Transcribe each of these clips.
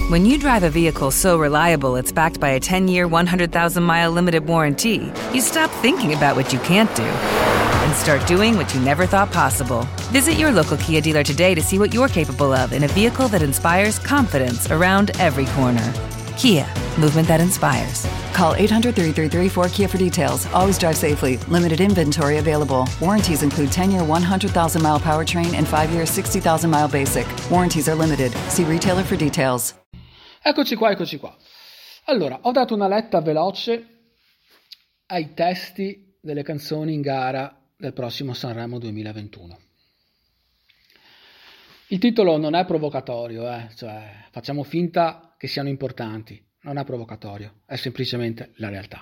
When you drive a vehicle so reliable it's backed by a 10-year, 100,000-mile limited warranty, you stop thinking about what you can't do and start doing what you never thought possible. Visit your local Kia dealer today to see what you're capable of in a vehicle that inspires confidence around every corner. Kia, movement that inspires. Call 800-333-4KIA for details. Always drive safely. Limited inventory available. Warranties include 10-year 100,000-mile powertrain and 5-year 60,000-mile basic. Warranties are limited. See retailer for details. Eccoci qua. Allora, ho dato una letta veloce ai testi delle canzoni in gara del prossimo Sanremo 2021. Il titolo non è provocatorio, cioè facciamo finta che siano importanti. Non è provocatorio, è semplicemente la realtà.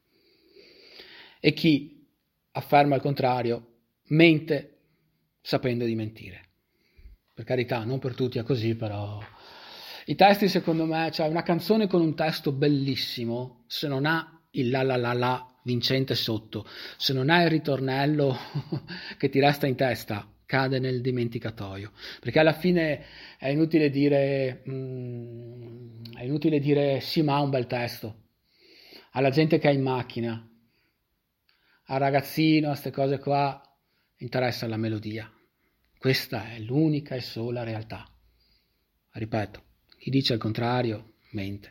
E chi afferma il contrario mente sapendo di mentire. Per carità, non per tutti è così, però i testi, secondo me, cioè una canzone con un testo bellissimo, se non ha il la la la la vincente sotto, se non ha il ritornello che ti resta in testa, cade nel dimenticatoio, perché alla fine è inutile dire sì, ma ha un bel testo. Alla gente che è in macchina, al ragazzino, a queste cose qua, interessa la melodia. Questa è l'unica e sola realtà. Ripeto, chi dice il contrario mente.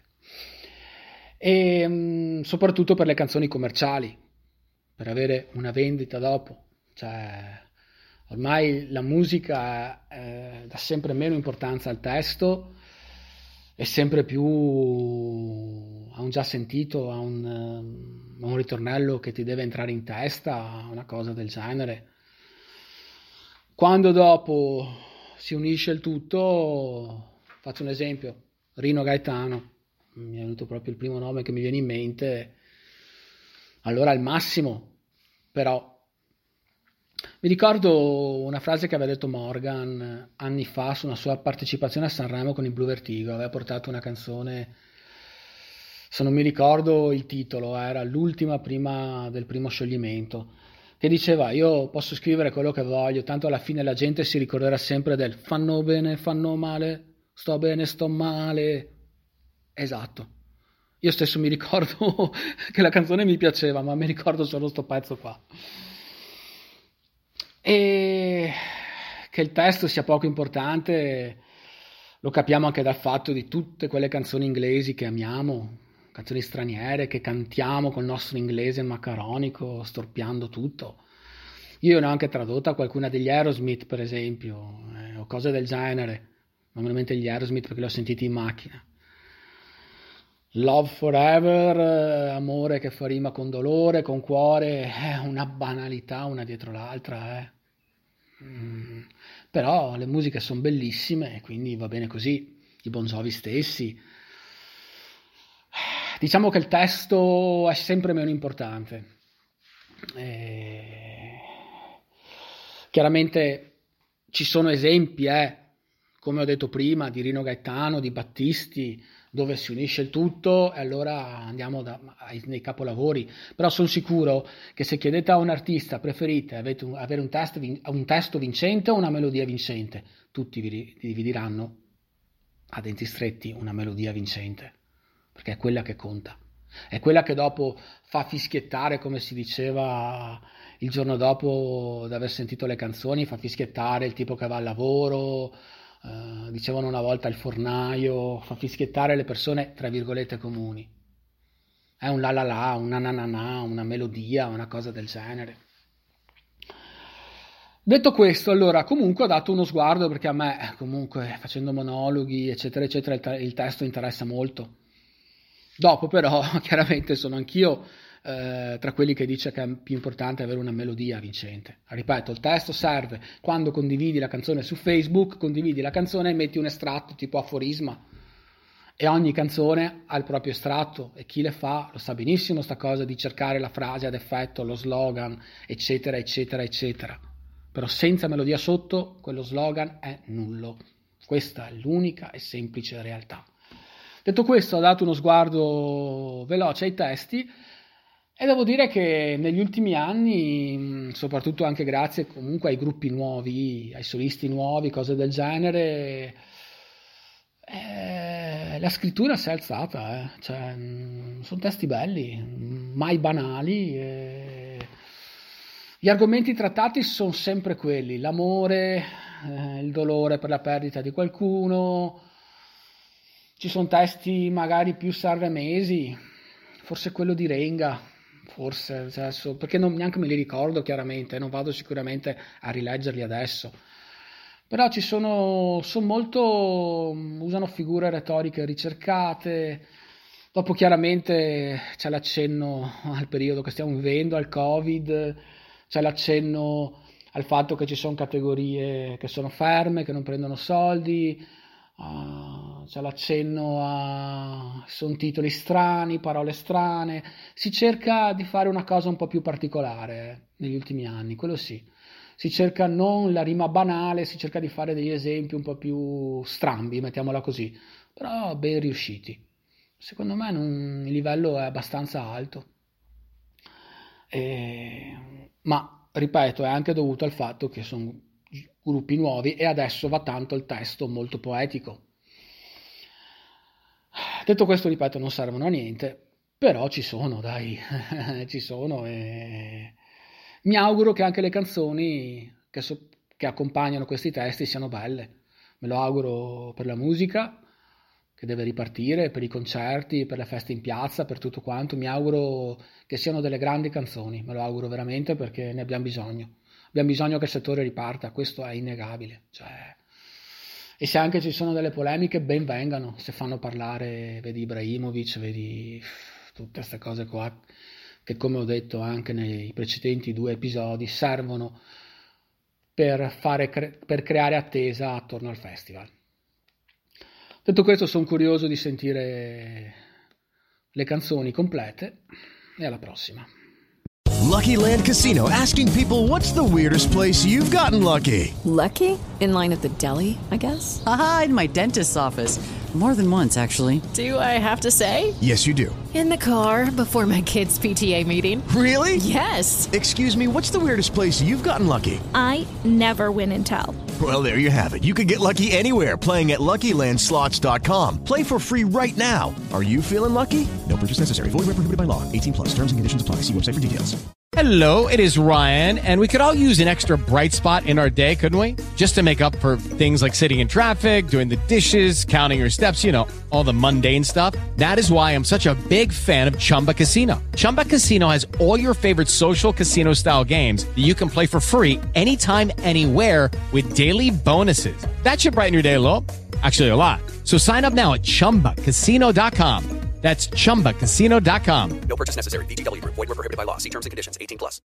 E soprattutto per le canzoni commerciali, per avere una vendita dopo, cioè ormai la musica dà sempre meno importanza al testo e sempre più a un già sentito, a un ritornello che ti deve entrare in testa, una cosa del genere. Quando dopo si unisce il tutto, faccio un esempio, Rino Gaetano, mi è venuto proprio il primo nome che mi viene in mente, allora al massimo, però mi ricordo una frase che aveva detto Morgan anni fa su una sua partecipazione a Sanremo con il Blue Vertigo. Aveva portato una canzone, se non mi ricordo il titolo, era l'ultima prima del primo scioglimento, che diceva: io posso scrivere quello che voglio, tanto alla fine la gente si ricorderà sempre del fanno bene, fanno male, sto bene, sto male. Esatto. Io stesso mi ricordo che la canzone mi piaceva, ma mi ricordo solo sto pezzo qua. E che il testo sia poco importante lo capiamo anche dal fatto di tutte quelle canzoni inglesi che amiamo, canzoni straniere che cantiamo col nostro inglese macaronico, storpiando tutto. Io ne ho anche tradotta qualcuna degli Aerosmith, per esempio, o cose del genere. Non me ne mente gli Aerosmith perché li ho sentiti in macchina. Love Forever, amore che fa rima con dolore, con cuore, è una banalità una dietro l'altra, Però le musiche sono bellissime e quindi va bene così. I Bon Jovi stessi. Diciamo che il testo è sempre meno importante. Chiaramente ci sono esempi, come ho detto prima, di Rino Gaetano, di Battisti, dove si unisce il tutto e allora andiamo nei capolavori. Però sono sicuro che se chiedete a un artista preferite avere un testo vincente o una melodia vincente, tutti vi diranno a denti stretti una melodia vincente, perché è quella che conta, è quella che dopo fa fischiettare, come si diceva il giorno dopo di aver sentito le canzoni, fa fischiettare il tipo che va al lavoro, dicevano una volta il fornaio, fa fischiettare le persone tra virgolette comuni. È un la la la, un na na na na, una melodia, una cosa del genere. Detto questo, allora comunque ho dato uno sguardo, perché a me comunque facendo monologhi eccetera eccetera il testo interessa molto. Dopo però chiaramente sono anch'io tra quelli che dice che è più importante avere una melodia vincente. Ripeto, il testo serve quando condividi la canzone su Facebook, condividi la canzone e metti un estratto tipo aforisma, e ogni canzone ha il proprio estratto e chi le fa lo sa benissimo sta cosa di cercare la frase ad effetto, lo slogan eccetera eccetera eccetera, però senza melodia sotto quello slogan è nullo. Questa è l'unica e semplice realtà. Detto questo, ho dato uno sguardo veloce ai testi e devo dire che negli ultimi anni, soprattutto anche grazie comunque ai gruppi nuovi, ai solisti nuovi, cose del genere, La scrittura si è alzata, cioè, sono testi belli, mai banali. Gli argomenti trattati sono sempre quelli: l'amore, il dolore per la perdita di qualcuno. Ci sono testi magari più sanremesi, forse quello di Renga, forse, cioè, perché neanche me li ricordo chiaramente, non vado sicuramente a rileggerli adesso. Però usano figure retoriche ricercate. Dopo chiaramente c'è l'accenno al periodo che stiamo vivendo, al Covid, c'è l'accenno al fatto che ci sono categorie che sono ferme, che non prendono soldi, c'è l'accenno sono titoli strani, parole strane. Si cerca di fare una cosa un po' più particolare negli ultimi anni, quello sì. Si cerca non la rima banale, si cerca di fare degli esempi un po' più strambi, mettiamola così, però ben riusciti. Secondo me il livello è abbastanza alto, ma ripeto, è anche dovuto al fatto che sono gruppi nuovi e adesso va tanto il testo molto poetico. Detto questo, ripeto, non servono a niente, però ci sono, dai, ci sono e mi auguro che anche le canzoni che accompagnano questi testi siano belle. Me lo auguro per la musica, che deve ripartire, per i concerti, per le feste in piazza, per tutto quanto. Mi auguro che siano delle grandi canzoni, me lo auguro veramente, perché ne abbiamo bisogno. Abbiamo bisogno che il settore riparta, questo è innegabile. E se anche ci sono delle polemiche, ben vengano. Se fanno parlare, vedi Ibrahimovic, vedi tutte queste cose qua, che come ho detto anche nei precedenti 2 episodi servono per creare attesa attorno al festival. Detto questo, sono curioso di sentire le canzoni complete e alla prossima. Lucky Land Casino, asking people, what's the weirdest place you've gotten lucky? Lucky? In line at the deli, I guess? Aha, in my dentist's office. More than once, actually. Do I have to say? Yes, you do. In the car before my kids' PTA meeting. Really? Yes. Excuse me, what's the weirdest place you've gotten lucky? I never win and tell. Well, there you have it. You can get lucky anywhere, playing at LuckyLandSlots.com. Play for free right now. Are you feeling lucky? No purchase necessary. Void where prohibited by law. 18+. Terms and conditions apply. See website for details. Hello, it is Ryan, and we could all use an extra bright spot in our day, couldn't we? Just to make up for things like sitting in traffic, doing the dishes, counting your steps, all the mundane stuff. That is why I'm such a big fan of Chumba Casino. Chumba Casino has all your favorite social casino-style games that you can play for free anytime, anywhere with daily bonuses. That should brighten your day a little. Actually, a lot. So sign up now at ChumbaCasino.com. That's ChumbaCasino.com. No purchase necessary. VGW Group. Void where prohibited by law. See terms and conditions. 18+.